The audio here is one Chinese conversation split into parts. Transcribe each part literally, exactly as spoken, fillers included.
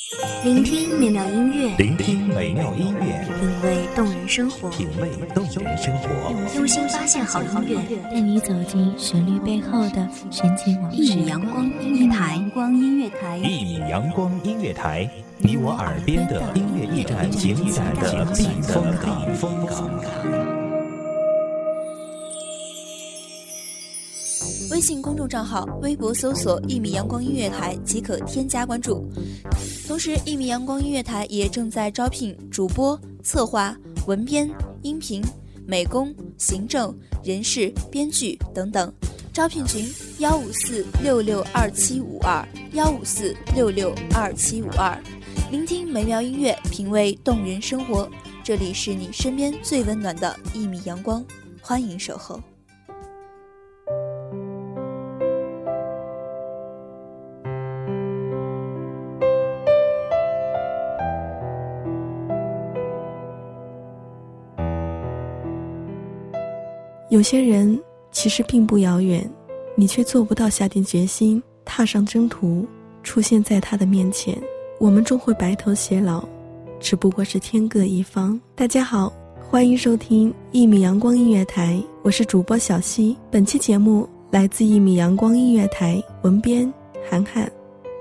聆听美妙音乐， 聆听美妙音乐， 品味动人生活， 品味动人生活， 用心发现好音乐， 带你走进旋律背后的深情往事。 一米阳光音乐台，阳光音乐台， 一米阳光音乐台，你我耳边的音乐驿站，情感的避风港。风港。 微信公众账号、微博搜索“一米阳光音乐台”即可添加关注。同时，一米阳光音乐台也正在招聘主播、策划、文编、音频、美工、行政、人事、编剧等等。招聘群：幺五四六六二七五二幺五四六六二七五二。聆听美妙音乐，品味动人生活。这里是你身边最温暖的一米阳光，欢迎守候。 有些人其实并不遥远，你却做不到下定决心踏上征途，出现在他的面前。我们终会白头偕老，只不过是天各一方。大家好，欢迎收听一米阳光音乐台，我是主播小溪。本期节目来自一米阳光音乐台，文编涵涵。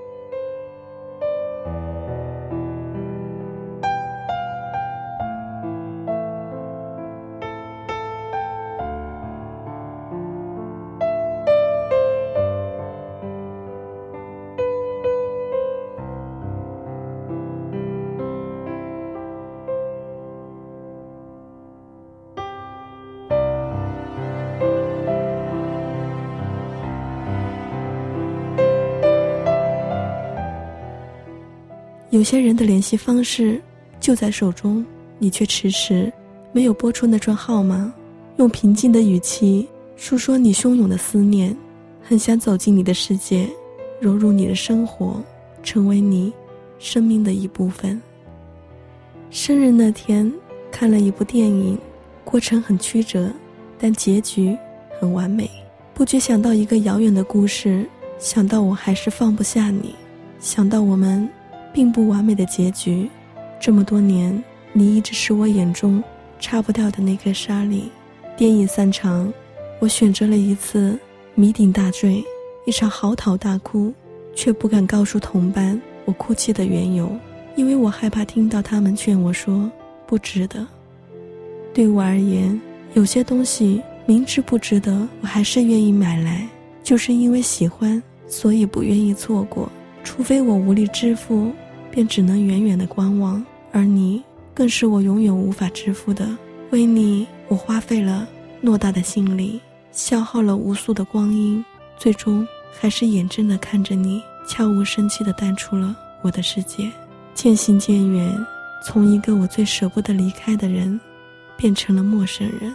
有些人的联系方式就在手中，你却迟迟没有拨出那串号码，用平静的语气诉说你汹涌的思念，很想走进你的世界，融入你的生活，成为你生命的一部分。生日那天看了一部电影，过程很曲折，但结局很完美。不觉想到一个遥远的故事，想到我还是放不下你，想到我们并不完美的结局。这么多年，你一直是我眼中擦不掉的那颗沙粒。电影散场，我选择了一次酩酊大醉，一场嚎啕大哭，却不敢告诉同伴我哭泣的缘由，因为我害怕听到他们劝我说不值得。对我而言，有些东西明知不值得，我还是愿意买来，就是因为喜欢，所以不愿意错过。除非我无力支付，便只能远远的观望，而你更是我永远无法支付的。为你，我花费了偌大的心力，消耗了无数的光阴，最终还是眼睁的看着你悄无声息地淡出了我的世界。渐行渐远，从一个我最舍不得离开的人，变成了陌生人。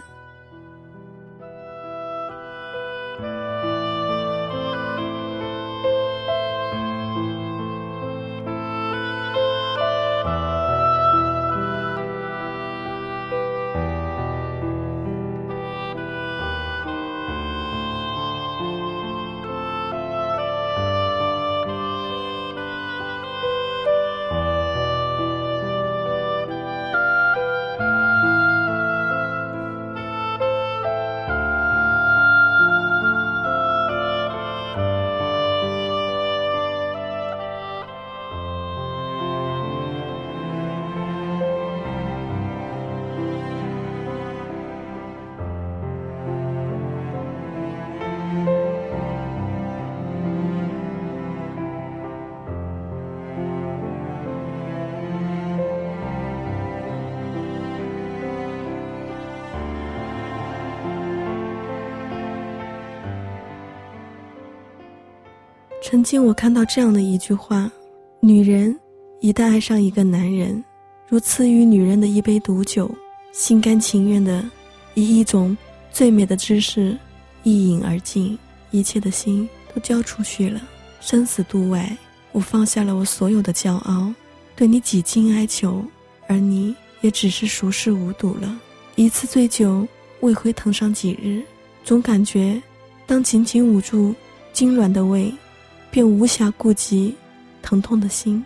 曾经我看到这样的一句话，女人一旦爱上一个男人，如赐予女人的一杯毒酒，心甘情愿地以一种最美的姿势一饮而尽，一切的心都交出去了。生死度外，我放下了我所有的骄傲，对你几经哀求，而你也只是熟视无睹了。一次醉酒未回腾上几日，总感觉当紧紧捂住痉挛的胃，便无暇顾及疼痛的心。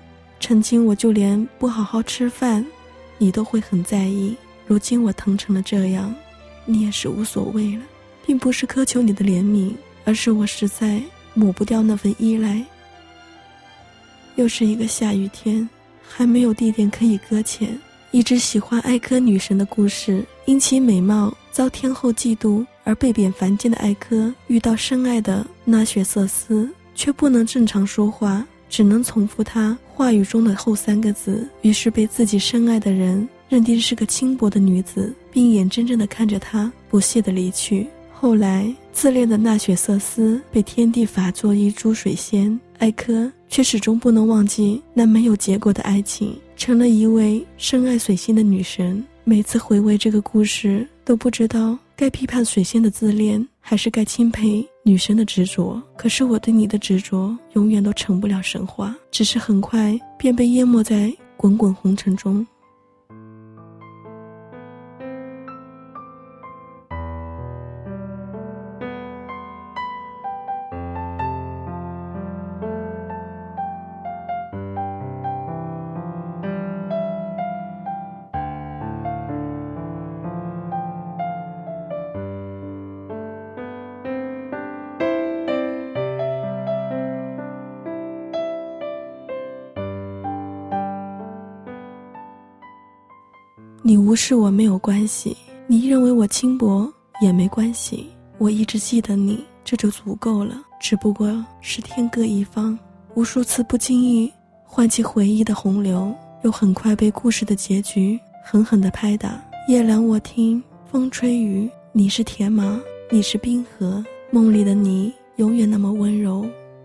曾经我就连不好好吃饭你都会很在意，如今我疼成了这样，你也是无所谓了。并不是苛求你的怜悯，而是我实在抹不掉那份依赖。又是一个下雨天，还没有地点可以搁浅。一直喜欢艾柯女神的故事，因其美貌遭天后嫉妒而被贬凡间的艾柯，遇到深爱的纳雪瑟斯，却不能正常说话，只能重复他话语中的后三个字，于是被自己深爱的人认定是个轻薄的女子，并眼睁睁地看着她不屑地离去。后来自恋的纳雪瑟斯被天帝罚作一株水仙，艾柯却始终不能忘记那没有结果的爱情，成了一位深爱水仙的女神。每次回味这个故事，都不知道该批判水仙的自恋，还是该钦佩女神的执着。可是我对你的执着永远都成不了神话，只是很快便被淹没在滚滚红尘中。你无视我没有关系，你认为我轻薄也没关系，我一直记得你，这就足够了。只不过是天各一方，无数次不经意唤起回忆的洪流，又很快被故事的结局狠狠地拍打。夜阑我听风吹雨，你是铁马，你是冰河，梦里的你永远那么温柔。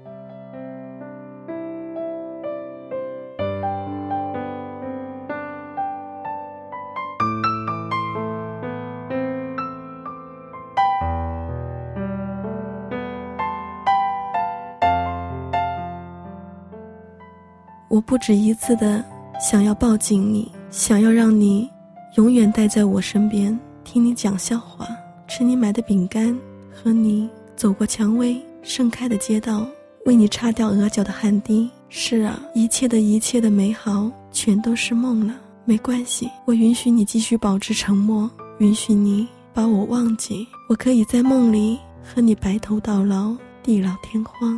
我不止一次的想要抱紧你，想要让你永远待在我身边，听你讲笑话，吃你买的饼干，和你走过蔷薇盛开的街道，为你擦掉额角的汗滴。是啊，一切的一切的美好全都是梦了。没关系，我允许你继续保持沉默，允许你把我忘记，我可以在梦里和你白头到老，地老天荒。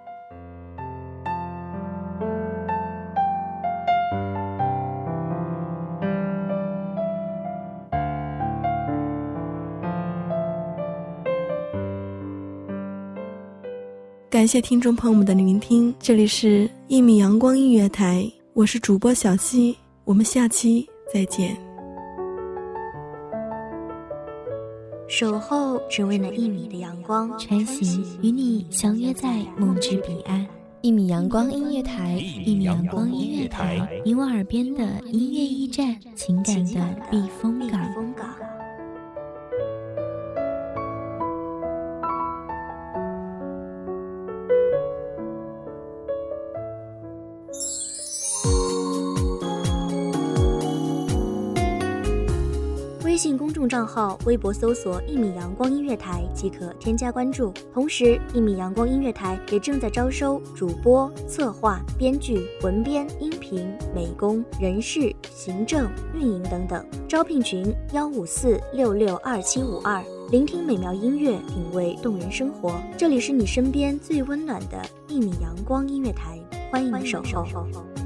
感谢听众朋友们的聆听，这里是一米阳光音乐台，我是主播小溪，我们下期再见。 守候只为那一米的阳光， 穿行与你相约在梦之彼岸。一米阳光音乐台，一米阳光音乐台，你我耳边的音乐驿站，情感的避风港。 微信公众账号、微博搜索“一米阳光音乐台”即可添加关注。同时，一米阳光音乐台也正在招收主播、策划、编剧、文编、音频、美工、人事、行政、运营等等。招聘群：幺五四六六二七五二。聆听美妙音乐，品味动人生活。这里是你身边最温暖的一米阳光音乐台，欢迎你守候。